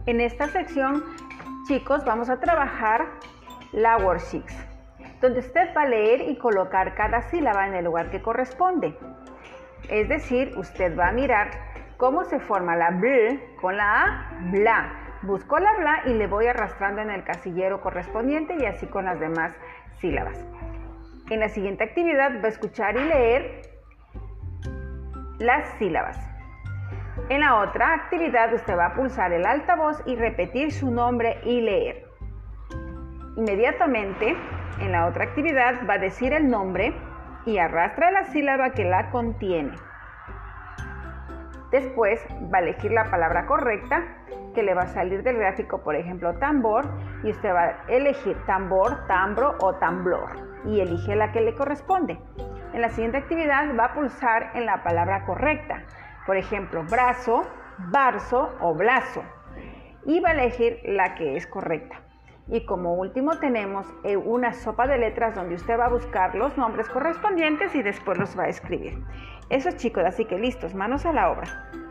En esta sección, chicos, vamos a trabajar la worksheets, donde usted va a leer y colocar cada sílaba en el lugar que corresponde. Es decir, usted va a mirar cómo se forma la bl con la a, bla. Busco la bla y le voy arrastrando en el casillero correspondiente y así con las demás sílabas. En la siguiente actividad va a escuchar y leer las sílabas. En la otra actividad usted va a pulsar el altavoz y repetir su nombre y leer. Inmediatamente, en la otra actividad va a decir el nombre y arrastra la sílaba que la contiene. Después va a elegir la palabra correcta que le va a salir del gráfico, por ejemplo, tambor, y usted va a elegir tambor, tambro o tamblor y elige la que le corresponde. En la siguiente actividad va a pulsar en la palabra correcta, por ejemplo, brazo, barzo o blazo, y va a elegir la que es correcta. Y como último tenemos una sopa de letras donde usted va a buscar los nombres correspondientes y después los va a escribir. Eso, chicos, así que listos, manos a la obra.